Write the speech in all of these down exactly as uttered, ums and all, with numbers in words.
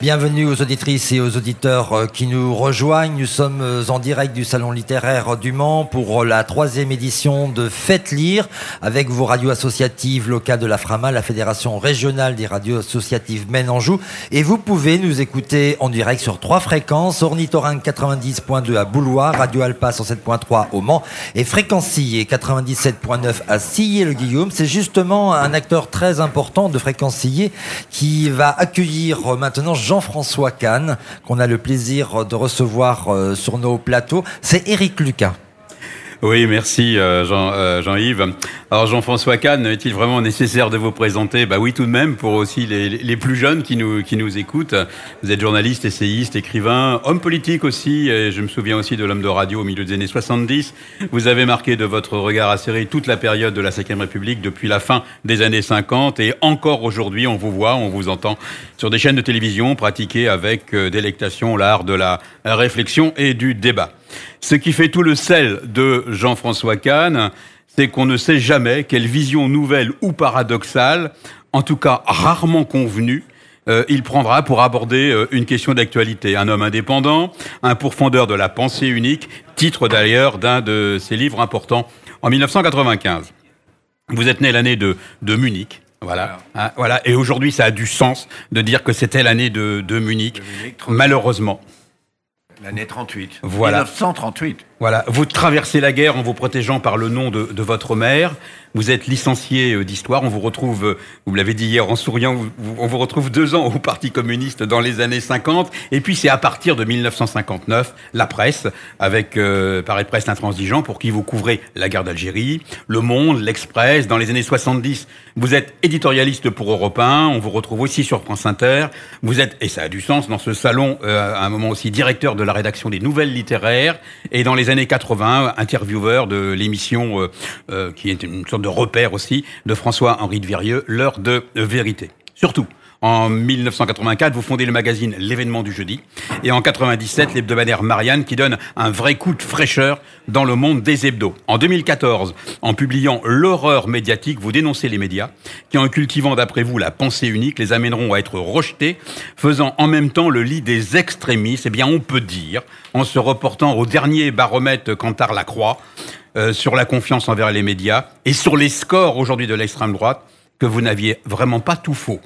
Bienvenue aux auditrices et aux auditeurs qui nous rejoignent. Nous sommes en direct du Salon littéraire du Mans pour la troisième édition de Faites lire avec vos radios associatives locales de la FRAMA, la Fédération régionale des radios associatives Maine-Anjou. Et vous pouvez nous écouter en direct sur trois fréquences, Ornithorynque quatre-vingt-dix point deux à Boulois, Radio Alpa cent sept point trois au Mans et Fréquence Sillé quatre-vingt-dix-sept point neuf à Sillé-le-Guillaume. C'est justement un acteur très important de Fréquence Sillé qui va accueillir maintenant Jean-François Kahn, qu'on a le plaisir de recevoir euh, sur nos plateaux. C'est Éric Lucas. Oui, merci euh, Jean, euh, Jean-Yves. Alors Jean-François Kahn, est-il vraiment nécessaire de vous présenter ? Bah oui, tout de même, pour aussi les, les plus jeunes qui nous, qui nous écoutent. Vous êtes journaliste, essayiste, écrivain, homme politique aussi, et je me souviens aussi de l'homme de radio au milieu des années soixante-dix. Vous avez marqué de votre regard acéré toute la période de la cinquième République depuis la fin des années cinquante, et encore aujourd'hui, on vous voit, on vous entend sur des chaînes de télévision pratiquer avec euh, délectation l'art de la réflexion et du débat. Ce qui fait tout le sel de Jean-François Kahn, c'est qu'on ne sait jamais quelle vision nouvelle ou paradoxale, en tout cas rarement convenue, euh, il prendra pour aborder euh, une question d'actualité. Un homme indépendant, un pourfendeur de la pensée unique, titre d'ailleurs d'un de ses livres importants en dix-neuf cent quatre-vingt-quinze. Vous êtes né l'année de, de Munich. Voilà, hein, voilà. Et aujourd'hui, ça a du sens de dire que c'était l'année de, de Munich, de Munich malheureusement. L'année trente-huit. Voilà. dix-neuf cent trente-huit. Voilà. Vous traversez la guerre en vous protégeant par le nom de, de votre mère. Vous êtes licencié d'histoire. On vous retrouve, vous l'avez dit hier en souriant, vous, on vous retrouve deux ans au Parti communiste dans les années cinquante. Et puis c'est à partir de dix-neuf cent cinquante-neuf, la presse, avec euh, Paris Presse l'Intransigeant, pour qui vous couvrez la guerre d'Algérie, Le Monde, L'Express. Dans les années soixante-dix, vous êtes éditorialiste pour Europe un. On vous retrouve aussi sur France Inter. Vous êtes, et ça a du sens, dans ce salon, euh, à un moment aussi directeur de la rédaction des Nouvelles littéraires. Et dans les années quatre-vingts, intervieweur de l'émission euh, euh, qui est une sorte de repère aussi, de François-Henri de Virieu, L'heure de vérité. Surtout, en dix-neuf cent quatre-vingt-quatre, vous fondez le magazine L'événement du jeudi, et en quatre-vingt-dix-sept, l'hebdomadaire Marianne, qui donne un vrai coup de fraîcheur dans le monde des hebdos. En deux mille quatorze, en publiant L'horreur médiatique, vous dénoncez les médias, qui en cultivant d'après vous la pensée unique, les amèneront à être rejetés, faisant en même temps le lit des extrémistes, eh bien on peut dire, en se reportant au dernier baromètre Cantar Lacroix, euh, sur la confiance envers les médias, et sur les scores aujourd'hui de l'extrême droite, que vous n'aviez vraiment pas tout faux.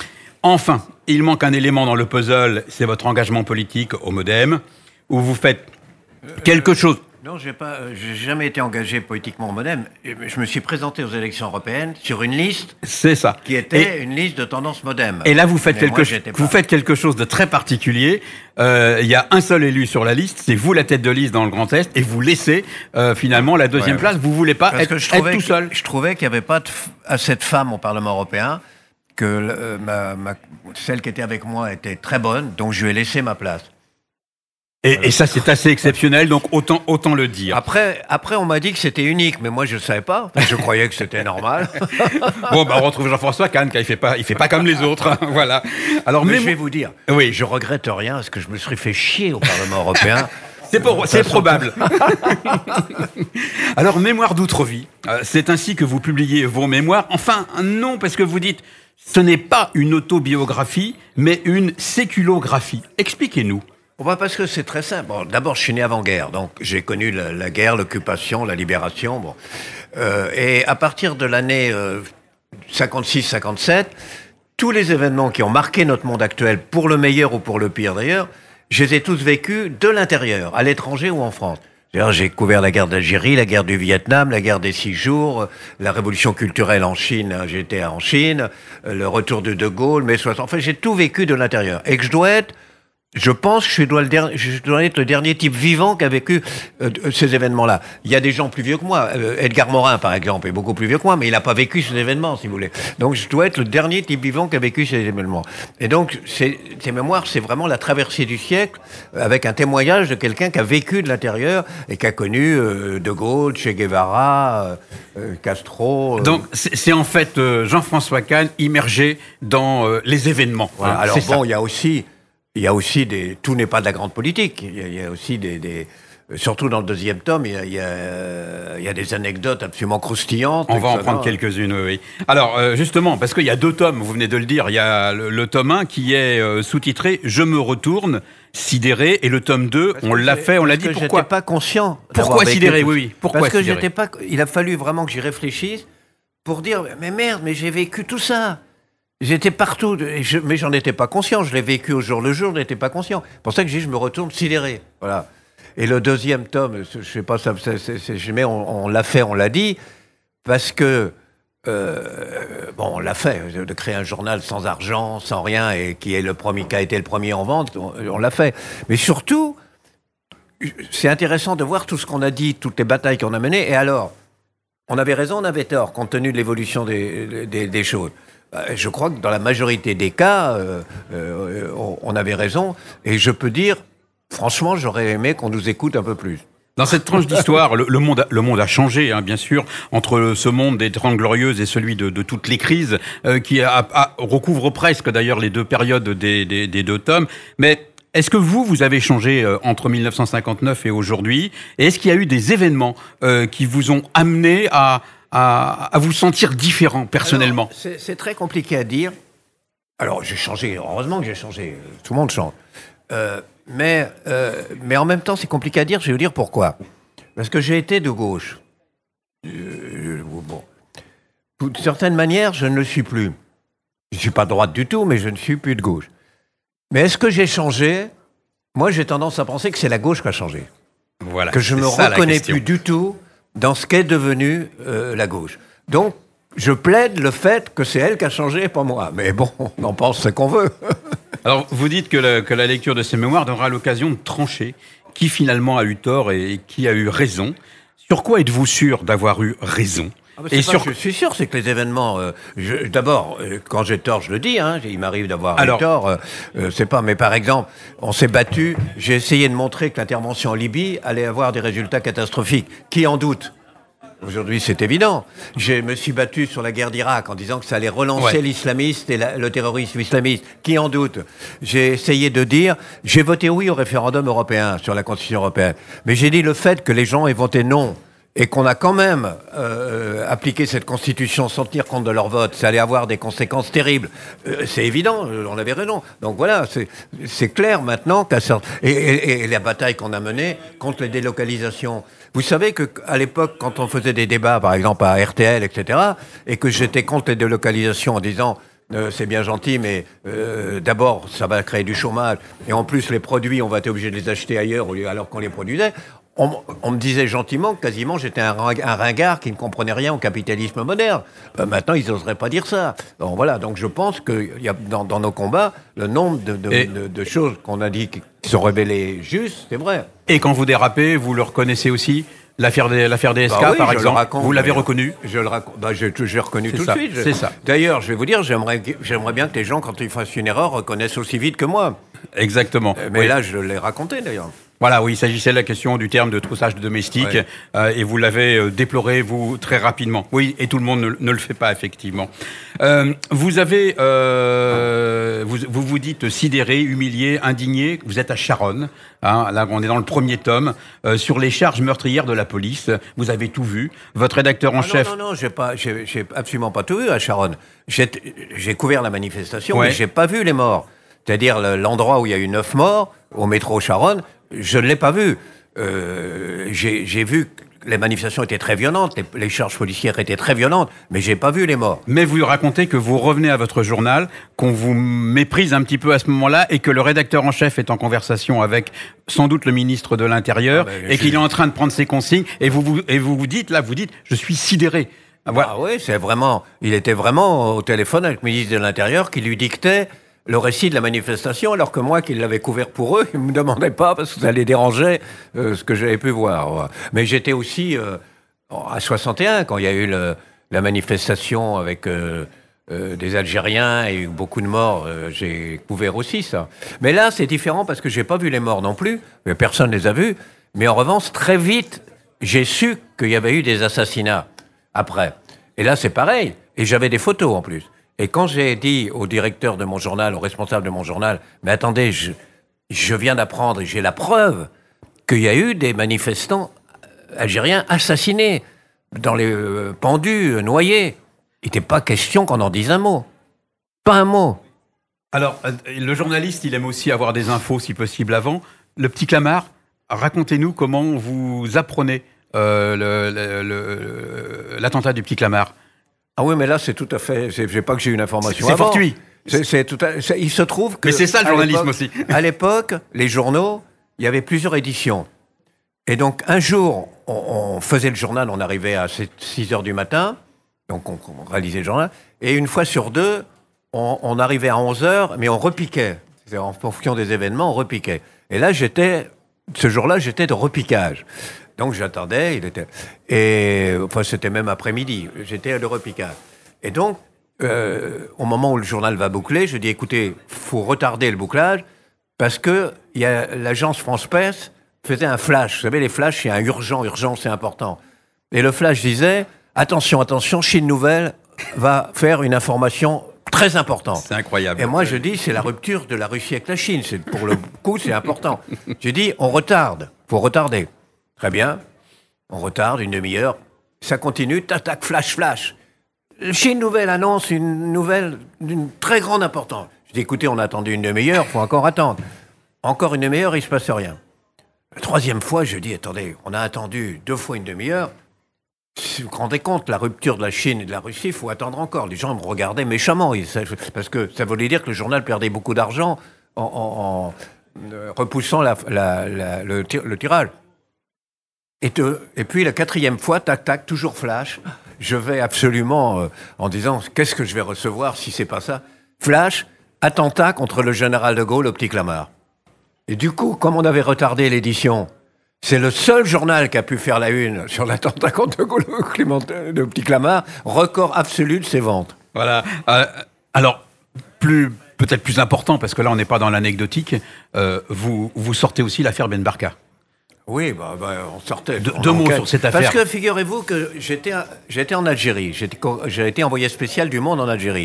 Enfin, il manque un élément dans le puzzle, c'est votre engagement politique au MoDem, où vous faites quelque chose... Non, j'ai pas, euh, j'ai jamais été engagé politiquement au MoDem. Je me suis présenté aux élections européennes sur une liste. C'est ça. Qui était et, une liste de tendance MoDem. Et là, vous faites quelque chose. Vous faites quelque chose de très particulier. Euh, il y a un seul élu sur la liste, c'est vous la tête de liste dans le Grand Est, et vous laissez euh, finalement la deuxième ouais, place. Vous voulez pas être, être tout seul. Je trouvais qu'il n'y avait pas de f- assez de femmes au Parlement européen. Que euh, ma, ma, celle qui était avec moi était très bonne, donc je lui ai laissé ma place. Et, et ça, c'est assez exceptionnel, donc autant, autant le dire. Après, après, on m'a dit que c'était unique, mais moi, je ne savais pas. Je croyais que c'était normal. Bon, bah, on retrouve Jean-François Kahn, qui ne fait pas, il fait pas comme les autres. Voilà. Alors, mais mais je vais vous dire, oui. Je regrette rien, parce que je me serais fait chier au Parlement européen. C'est, pour, c'est probable. Alors, Mémoires d'outre-vie, euh, c'est ainsi que vous publiez vos mémoires. Enfin, non, parce que vous dites, ce n'est pas une autobiographie, mais une séculographie. Expliquez-nous. Bon, bah parce que c'est très simple. Bon, d'abord, je suis né avant-guerre, donc j'ai connu la, la guerre, l'occupation, la libération. Bon. Euh, et à partir de l'année euh, cinquante-six cinquante-sept, tous les événements qui ont marqué notre monde actuel, pour le meilleur ou pour le pire d'ailleurs, je les ai tous vécus de l'intérieur, à l'étranger ou en France. D'ailleurs, j'ai couvert la guerre d'Algérie, la guerre du Vietnam, la guerre des six jours, la révolution culturelle en Chine, j'étais en Chine, le retour de De Gaulle, mai soixante. Enfin, j'ai tout vécu de l'intérieur. Et que je dois être, je pense que je dois, le der- je dois être le dernier type vivant qui a vécu euh, ces événements-là. Il y a des gens plus vieux que moi. Euh, Edgar Morin, par exemple, est beaucoup plus vieux que moi, mais il n'a pas vécu ces événements, si vous voulez. Donc, je dois être le dernier type vivant qui a vécu ces événements. Et donc, ces, ces mémoires, c'est vraiment la traversée du siècle, avec un témoignage de quelqu'un qui a vécu de l'intérieur et qui a connu euh, De Gaulle, Che Guevara, euh, Castro. Euh... Donc, c'est, c'est en fait euh, Jean-François Kahn immergé dans euh, les événements. Voilà. Alors bon, il y a aussi... Il y a aussi des... Tout n'est pas de la grande politique. Il y a, il y a aussi des, des, surtout dans le deuxième tome, il y a, il y a, il y a des anecdotes absolument croustillantes. On va en prendre quelques-unes, oui. Alors, euh, justement, parce qu'il y a deux tomes, vous venez de le dire, il y a le, le tome un qui est euh, sous-titré « Je me retourne », sidéré, et le tome deux, parce on l'a fait, on l'a dit, pourquoi ? Parce que j'étais pas conscient. Pourquoi sidéré, oui, oui. Pourquoi Parce que sidéré ? j'étais pas... Il a fallu vraiment que j'y réfléchisse pour dire « Mais merde, mais j'ai vécu tout ça !» J'étais partout, je, mais j'en étais pas conscient. Je l'ai vécu au jour le jour, je n'étais pas conscient. C'est pour ça que j'ai dit « Je me retourne sidéré ». Voilà. Et le deuxième tome, je sais pas, ça, c'est, c'est, c'est, mais on, on l'a fait, on l'a dit, parce que, euh, bon, on l'a fait, de créer un journal sans argent, sans rien, et qui est le premier, qui a été le premier en vente, on, on l'a fait. Mais surtout, c'est intéressant de voir tout ce qu'on a dit, toutes les batailles qu'on a menées, et alors, on avait raison, on avait tort, compte tenu de l'évolution des, des, des choses. Je crois que dans la majorité des cas, euh, euh, on, on avait raison, et je peux dire, franchement, j'aurais aimé qu'on nous écoute un peu plus. Dans cette tranche d'histoire, le, le, monde, a, le monde a changé, hein, bien sûr, entre ce monde des Trente Glorieuses et celui de, de toutes les crises, euh, qui a, a, recouvre presque d'ailleurs les deux périodes des, des, des deux tomes. Mais est-ce que vous, vous avez changé euh, entre mille neuf cent cinquante-neuf et aujourd'hui ? Et est-ce qu'il y a eu des événements euh, qui vous ont amené à, à, à vous sentir différent personnellement ? Alors, c'est, c'est très compliqué à dire. Alors, j'ai changé, heureusement que j'ai changé, tout le monde change. Euh, Mais, euh, mais en même temps, c'est compliqué à dire, je vais vous dire pourquoi. Parce que j'ai été de gauche. Euh, bon. D'une certaine manière, je ne le suis plus. Je ne suis pas de droite du tout, mais je ne suis plus de gauche. Mais est-ce que j'ai changé ? Moi, j'ai tendance à penser que c'est la gauche qui a changé. Voilà, que je ne me ça, reconnais plus du tout dans ce qu'est devenu euh, la gauche. Donc, je plaide le fait que c'est elle qui a changé, pas moi. Mais bon, on en pense ce qu'on veut. Alors, vous dites que la, que la lecture de ces mémoires donnera l'occasion de trancher qui finalement a eu tort et qui a eu raison. Sur quoi êtes-vous sûr d'avoir eu raison ? Ah et sur... Je suis sûr, c'est que les événements... Euh, je, d'abord, euh, quand j'ai tort, je le dis, hein, il m'arrive d'avoir Alors... eu tort. Euh, euh, c'est pas, mais par exemple, on s'est battu, j'ai essayé de montrer que l'intervention en Libye allait avoir des résultats catastrophiques. Qui en doute ? Aujourd'hui, c'est évident. Je me suis battu sur la guerre d'Irak en disant que ça allait relancer ouais. l'islamiste et la, le terrorisme islamiste. Qui en doute ? J'ai essayé de dire, j'ai voté oui au référendum européen sur la Constitution européenne. Mais j'ai dit le fait que les gens aient voté non et qu'on a quand même euh, appliqué cette Constitution sans tenir compte de leur vote, ça allait avoir des conséquences terribles. Euh, c'est évident, on avait raison. Donc voilà, c'est, c'est clair maintenant qu'à certains... et, et, et la bataille qu'on a menée contre les délocalisations. Vous savez qu'à l'époque, quand on faisait des débats, par exemple à R T L, et cetera, et que j'étais contre les délocalisations en disant euh, c'est bien gentil, mais euh, d'abord, ça va créer du chômage, et en plus, les produits, on va être obligé de les acheter ailleurs alors qu'on les produisait. On, on me disait gentiment que quasiment j'étais un, un ringard qui ne comprenait rien au capitalisme moderne. Euh, maintenant, ils n'oseraient pas dire ça. Donc voilà, donc je pense que y a, dans, dans nos combats, le nombre de, de, et... de, de choses qu'on a dit qui sont révélées justes, c'est vrai. Et quand vous dérapez, vous le reconnaissez aussi ? L'affaire des, l'affaire D S K, bah oui, par exemple, raconte, vous l'avez reconnu ? Je le raconte. Bah, je, j'ai reconnu c'est tout ça, de suite. Je... C'est ça. D'ailleurs, je vais vous dire, j'aimerais, j'aimerais bien que les gens, quand ils fassent une erreur, reconnaissent aussi vite que moi. Exactement. Mais oui. là, je l'ai raconté, d'ailleurs. Voilà, oui, il s'agissait de la question du terme de troussage de domestique, ouais. euh, et vous l'avez euh, déploré, vous, très rapidement. Oui, et tout le monde ne, ne le fait pas, effectivement. Euh, vous avez, euh, vous, vous vous dites sidéré, humilié, indigné, vous êtes à Charonne, hein, là on est dans le premier tome, euh, sur les charges meurtrières de la police, vous avez tout vu, votre rédacteur en ah chef... Non, non, non, j'ai, pas, j'ai, j'ai absolument pas tout vu à Charonne. J'ai, j'ai couvert la manifestation, ouais. mais j'ai pas vu les morts. C'est-à-dire le, l'endroit où il y a eu neuf morts, au métro Charonne, je ne l'ai pas vu. Euh, j'ai, j'ai vu que les manifestations étaient très violentes, les, les charges policières étaient très violentes, mais j'ai pas vu les morts. Mais vous racontez que vous revenez à votre journal, qu'on vous méprise un petit peu à ce moment-là, et que le rédacteur en chef est en conversation avec sans doute le ministre de l'Intérieur, ah ben, et je... qu'il est en train de prendre ses consignes, et vous vous, et vous, vous dites, là, vous dites, je suis sidéré. Voilà. Ah oui, c'est vraiment, il était vraiment au téléphone avec le ministre de l'Intérieur qui lui dictait le récit de la manifestation, alors que moi, qui l'avais couvert pour eux, ils ne me demandaient pas, parce que ça les dérangeait, euh, ce que j'avais pu voir. Mais j'étais aussi euh, à soixante et un, quand il y a eu le, la manifestation avec euh, euh, des Algériens et beaucoup de morts, euh, j'ai couvert aussi ça. Mais là, c'est différent, parce que je n'ai pas vu les morts non plus, mais personne ne les a vus. Mais en revanche, très vite, j'ai su qu'il y avait eu des assassinats après. Et là, c'est pareil. Et j'avais des photos, en plus. Et quand j'ai dit au directeur de mon journal, au responsable de mon journal, mais attendez, je, je viens d'apprendre et j'ai la preuve qu'il y a eu des manifestants algériens assassinés, dans les euh, pendus, euh, noyés. Il n'était pas question qu'on en dise un mot. Pas un mot. Alors, euh, le journaliste, il aime aussi avoir des infos, si possible, avant. Le petit Clamart, racontez-nous comment vous apprenez euh, le, le, le, l'attentat du petit Clamart. Ah oui, mais là, c'est tout à fait... C'est, j'ai pas que j'ai une information C'est avant. fortuit. C'est, c'est tout à, c'est, il se trouve que... Mais c'est ça, le journalisme aussi. À l'époque, les journaux, il y avait plusieurs éditions. Et donc, un jour, on, on faisait le journal, on arrivait à six heures du matin, donc on, on réalisait le journal, et une fois sur deux, on, on arrivait à onze heures, mais on repiquait. C'est-à-dire, en fonction des événements, on repiquait. Et là, j'étais... Ce jour-là, j'étais de repiquage. Donc, j'attendais, il était... Et... Enfin, c'était même après-midi. J'étais de repiquage. Et donc, euh, au moment où le journal va boucler, je dis, écoutez, il faut retarder le bouclage, parce que y a, l'agence France-Presse faisait un flash. Vous savez, les flashs, il y a un urgent, urgent, c'est important. Et le flash disait, attention, attention, Chine Nouvelle va faire une information très importante. C'est incroyable. Et moi, je dis, c'est la rupture de la Russie avec la Chine. C'est, pour le coup, c'est important. Je dis, on retarde. Faut retarder. Très bien. On retarde une demi-heure. Ça continue. Tac, tac, flash, flash. Chine Nouvelle annonce une nouvelle d'une très grande importance. Je dis, écoutez, on a attendu une demi-heure, faut encore attendre. Encore une demi-heure, il ne se passe rien. La troisième fois, je dis, attendez, on a attendu deux fois une demi-heure. Si vous vous rendez compte, la rupture de la Chine et de la Russie, il faut attendre encore. Les gens me regardaient méchamment, parce que ça voulait dire que le journal perdait beaucoup d'argent en, en, en euh, repoussant la, la, la, le, tir, le tirage. Et, te, et puis la quatrième fois, tac, tac, toujours flash. Je vais absolument, euh, en disant, qu'est-ce que je vais recevoir si c'est pas ça ? Flash, attentat contre le général de Gaulle au Petit Clamart. Et du coup, comme on avait retardé l'édition, c'est le seul journal qui a pu faire la une sur l'attentat contre de Gaulle au Petit Clamart, record absolu de ses ventes. Voilà. Euh, alors, plus, peut-être plus important, parce que là, on n'est pas dans l'anecdotique, euh, vous, vous sortez aussi l'affaire Ben Barka. Oui, bah, bah, on sortait. De, deux mots sur cette affaire. Parce que figurez-vous que j'étais, j'étais en Algérie. J'étais, j'ai été envoyé spécial du Monde en Algérie.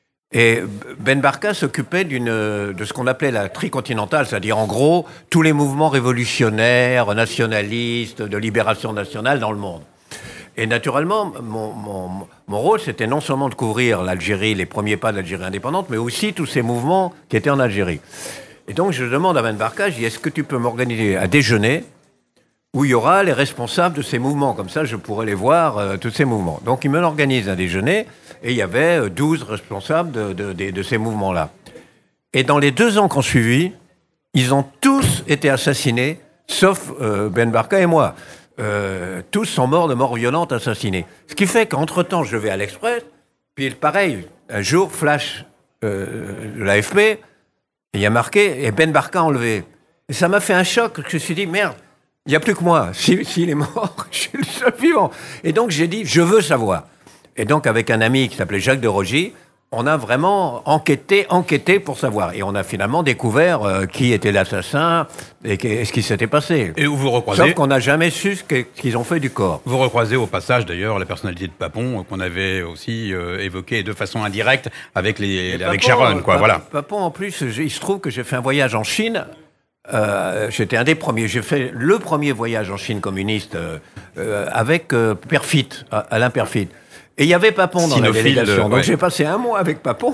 Et Ben Barka s'occupait d'une, de ce qu'on appelait la tricontinentale, c'est-à-dire en gros tous les mouvements révolutionnaires, nationalistes, de libération nationale dans le monde. Et naturellement, mon, mon, mon rôle, c'était non seulement de couvrir l'Algérie, les premiers pas de l'Algérie indépendante, mais aussi tous ces mouvements qui étaient en Algérie. Et donc je demande à Ben Barka, je dis, est-ce que tu peux m'organiser à déjeuner où il y aura les responsables de ces mouvements. Comme ça, je pourrais les voir, euh, tous ces mouvements. Donc, il me organise un déjeuner, et il y avait euh, douze responsables de, de, de, de ces mouvements-là. Et dans les deux ans qu'on suivit, ils ont tous été assassinés, sauf euh, Ben Barka et moi. Euh, tous sont morts de mort violente, assassinés. Ce qui fait qu'entre-temps, je vais à l'Express, puis pareil, un jour, flash euh, de l'A F P, il y a marqué, et Ben Barka enlevé. Et ça m'a fait un choc, je me suis dit, merde, il n'y a plus que moi. S'il si, si est mort, je suis le seul vivant. Et donc, j'ai dit, je veux savoir. Et donc, avec un ami qui s'appelait Jacques de Rogy, on a vraiment enquêté, enquêté pour savoir. Et on a finalement découvert euh, qui était l'assassin et, et ce qui s'était passé. Et où vous recroisez... Sauf qu'on n'a jamais su ce qu'ils ont fait du corps. Vous recroisez au passage, d'ailleurs, la personnalité de Papon, qu'on avait aussi euh, évoquée de façon indirecte avec, les, avec Papon, Sharon, quoi, Papon, voilà. Papon, en plus, il se trouve que j'ai fait un voyage en Chine. Euh, j'étais un des premiers. J'ai fait le premier voyage en Chine communiste euh, euh, avec euh, Perfit, Alain Perfit. Et il y avait Papon dans Sinophile, la délégation. Donc ouais. J'ai passé un mois avec Papon.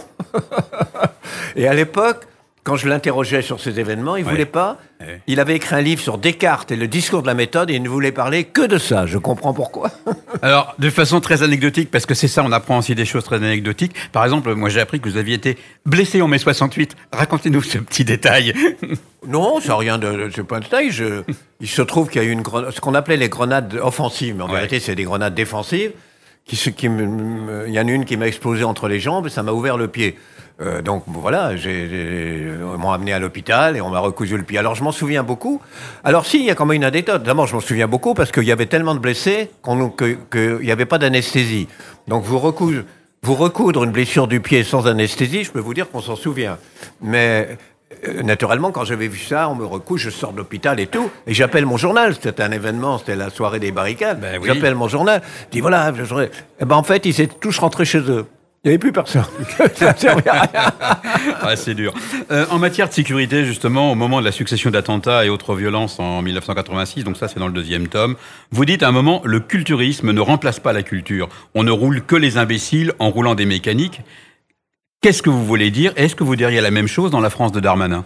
Et à l'époque, quand je l'interrogeais sur ces événements, il ne ouais. voulait pas. Ouais. Il avait écrit un livre sur Descartes et le discours de la méthode et il ne voulait parler que de ça. Je comprends pourquoi. Alors, de façon très anecdotique, parce que c'est ça, on apprend aussi des choses très anecdotiques. Par exemple, moi j'ai appris que vous aviez été blessé en mai soixante-huit. Racontez-nous ce petit détail. Non, ça n'a rien de... C'est pas un détail. Je, il se trouve qu'il y a eu une grenade, ce qu'on appelait les grenades offensives, mais en ouais. vérité, c'est des grenades défensives. Qui, qui, il y en a une qui m'a explosé entre les jambes et ça m'a ouvert le pied. Euh, donc voilà, j'ai, j'ai, ils m'ont amené à l'hôpital et on m'a recousu le pied. Alors je m'en souviens beaucoup. Alors si, il y a quand même une anecdote. D'abord, je m'en souviens beaucoup parce qu'il y avait tellement de blessés qu'on, que, qu'il n'y avait pas d'anesthésie. Donc vous recoudre, vous recoudre une blessure du pied sans anesthésie, je peux vous dire qu'on s'en souvient. Mais... Euh, naturellement, quand j'avais vu ça, on me recouche, je sors de l'hôpital et tout, et j'appelle mon journal. C'était un événement, c'était la soirée des barricades. Ben oui. J'appelle mon journal, je dis voilà, je... Eh ben, en fait, ils étaient tous rentrés chez eux. Il n'y avait plus personne. Ça ne servait à rien. Ah, c'est dur. Euh, en matière de sécurité, justement, au moment de la succession d'attentats et autres violences en mille neuf cent quatre-vingt-six, donc ça c'est dans le deuxième tome, vous dites à un moment, le culturisme ne remplace pas la culture. On ne roule que les imbéciles en roulant des mécaniques. Qu'est-ce que vous voulez dire? Est-ce que vous diriez la même chose dans la France de Darmanin?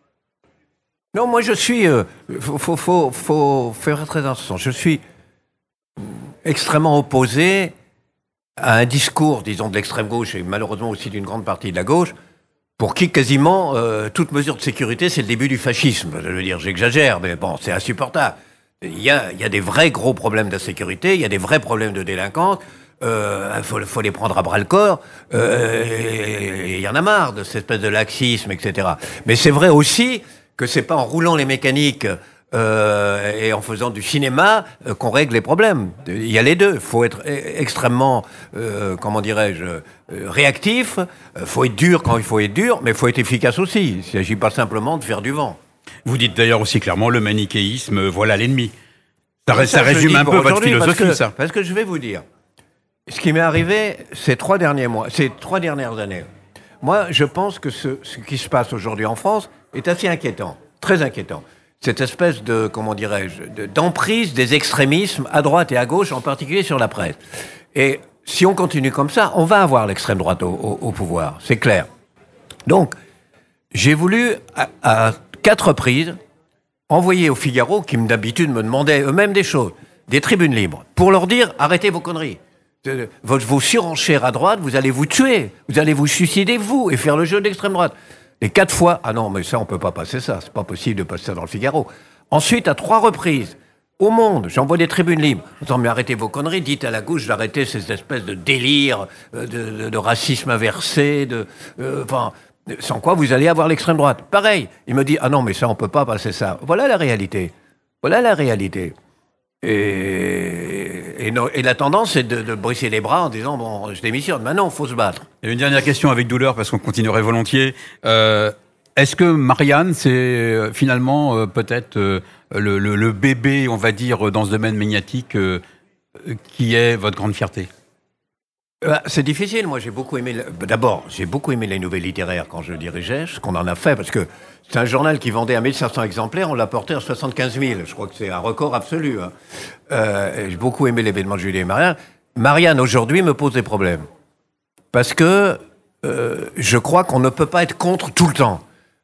Non, moi je suis... Euh, faut, faut, faut, faut faire très attention. Je suis extrêmement opposé à un discours, disons, de l'extrême gauche et malheureusement aussi d'une grande partie de la gauche, pour qui quasiment euh, toute mesure de sécurité, c'est le début du fascisme. Je veux dire, j'exagère, mais bon, c'est insupportable. Il y a, il y a des vrais gros problèmes d'insécurité, il y a des vrais problèmes de délinquance, il euh, faut, faut les prendre à bras-le-corps, euh, et il y en a marre de cette espèce de laxisme, et cetera. Mais c'est vrai aussi que c'est pas en roulant les mécaniques Euh, et en faisant du cinéma euh, qu'on règle les problèmes. Il y a les deux. Il faut être extrêmement, euh, comment dirais-je, euh, réactif. Il euh, faut être dur quand il faut être dur, mais il faut être efficace aussi. Il ne s'agit pas simplement de faire du vent. Vous dites d'ailleurs aussi clairement le manichéisme, euh, voilà l'ennemi. Ça, ça, ça résume un peu votre philosophie, parce que, ça. Parce que je vais vous dire, ce qui m'est arrivé ces trois derniers mois, ces trois dernières années, moi, je pense que ce, ce qui se passe aujourd'hui en France est assez inquiétant, très inquiétant. Cette espèce de, comment dirais-je, de, d'emprise des extrémismes à droite et à gauche, en particulier sur la presse. Et si on continue comme ça, on va avoir l'extrême droite au, au, au pouvoir, c'est clair. Donc, j'ai voulu, à, à quatre reprises, envoyer au Figaro, qui d'habitude me demandaient eux-mêmes des choses, des tribunes libres, pour leur dire « arrêtez vos conneries ». Vos, vos surenchères à droite, vous allez vous tuer, vous allez vous suicider, vous, et faire le jeu de l'extrême droite. Et quatre fois, ah non, mais ça, on peut pas passer ça. C'est pas possible de passer ça dans le Figaro. Ensuite, à trois reprises, au Monde, j'envoie des tribunes libres. Attends, mais arrêtez vos conneries. Dites à la gauche d'arrêter ces espèces de délire, de, de, de racisme inversé, de, euh, enfin, sans quoi vous allez avoir l'extrême droite. Pareil. Il me dit, ah non, mais ça, on peut pas passer ça. Voilà la réalité. Voilà la réalité. Et, et, no, et la tendance, c'est de, de briser les bras en disant, bon, je démissionne. Maintenant, il faut se battre. Et une dernière question avec douleur, parce qu'on continuerait volontiers. Euh, est-ce que Marianne, c'est euh, finalement euh, peut-être euh, le, le, le bébé, on va dire, dans ce domaine médiatique, euh, qui est votre grande fierté? Euh, c'est difficile. Moi, j'ai beaucoup aimé... Le... D'abord, j'ai beaucoup aimé les nouvelles littéraires quand je dirigeais, ce qu'on en a fait, parce que c'est un journal qui vendait à mille cinq cents exemplaires, on l'a porté à soixante-quinze mille. Je crois que c'est un record absolu. Hein. Euh, j'ai beaucoup aimé l'événement de Julie et Marianne. Marianne, aujourd'hui, me pose des problèmes. Parce que euh, je crois qu'on ne peut pas être contre tout le temps.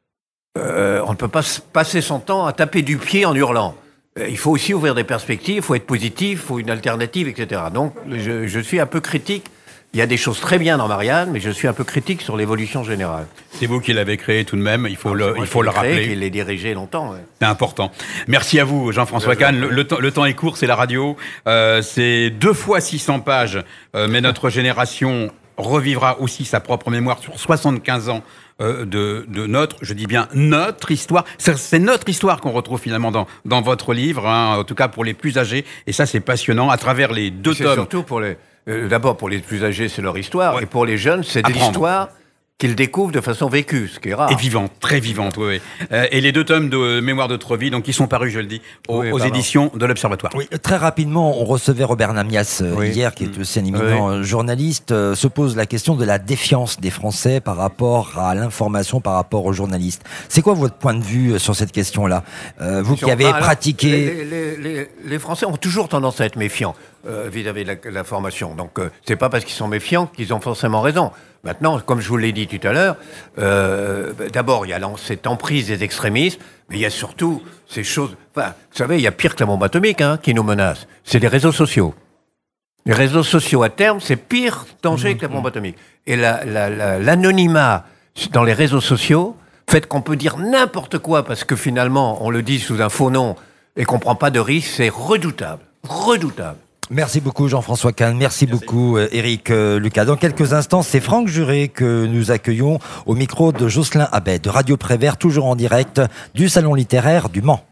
Euh, on ne peut pas passer son temps à taper du pied en hurlant. Euh, il faut aussi ouvrir des perspectives, il faut être positif, il faut une alternative, et cetera. Donc, je, je suis un peu critique. Il y a des choses très bien dans Marianne, mais je suis un peu critique sur l'évolution générale. C'est vous qui l'avez créé tout de même, il faut le, il faut le rappeler. Qui l'ai dirigé longtemps. Ouais. C'est important. Merci à vous, Jean-François Kahn. Le, le, temps, le temps est court, c'est la radio. Euh, c'est deux fois six cents pages, euh, mais notre génération revivra aussi sa propre mémoire sur soixante-quinze ans euh, de, de notre, je dis bien notre histoire. C'est, c'est notre histoire qu'on retrouve finalement dans, dans votre livre, hein, en tout cas pour les plus âgés. Et ça, c'est passionnant à travers les deux c'est tomes. Surtout pour les... Euh, d'abord, pour les plus âgés, c'est leur histoire. Ouais. Et pour les jeunes, c'est de Apprendre. l'histoire qu'ils découvrent de façon vécue, ce qui est rare. Et vivante, très vivante, oui. oui. Euh, et les deux tomes de Mémoire de Treville, donc qui sont parus, je le dis, aux, oui, aux éditions de l'Observatoire. Oui, très rapidement, on recevait Robert Namias euh, oui. hier, qui est aussi un éminent oui. journaliste. Euh, se pose la question de la défiance des Français par rapport à l'information, par rapport aux journalistes. C'est quoi votre point de vue sur cette question-là, euh, vous qui avez ah, pratiqué... Les, les, les, les Français ont toujours tendance à être méfiants euh, vis-à-vis de la, la formation. Donc, euh, c'est pas parce qu'ils sont méfiants qu'ils ont forcément raison. Maintenant, comme je vous l'ai dit tout à l'heure, euh, d'abord, il y a cette emprise des extrémistes, mais il y a surtout ces choses... Enfin, vous savez, il y a pire que la bombe atomique hein, qui nous menace. C'est les réseaux sociaux. Les réseaux sociaux, à terme, c'est pire danger mmh, que la bombe mmh. atomique. Et la, la, la, l'anonymat dans les réseaux sociaux fait qu'on peut dire n'importe quoi, parce que finalement, on le dit sous un faux nom et qu'on ne prend pas de risque, c'est redoutable. Redoutable. Merci beaucoup Jean-François Kahn, merci, merci. beaucoup Éric euh, Lucas. Dans quelques instants, c'est Franck Juré que nous accueillons au micro de Jocelyn Abed de Radio Prévert, toujours en direct du Salon littéraire du Mans.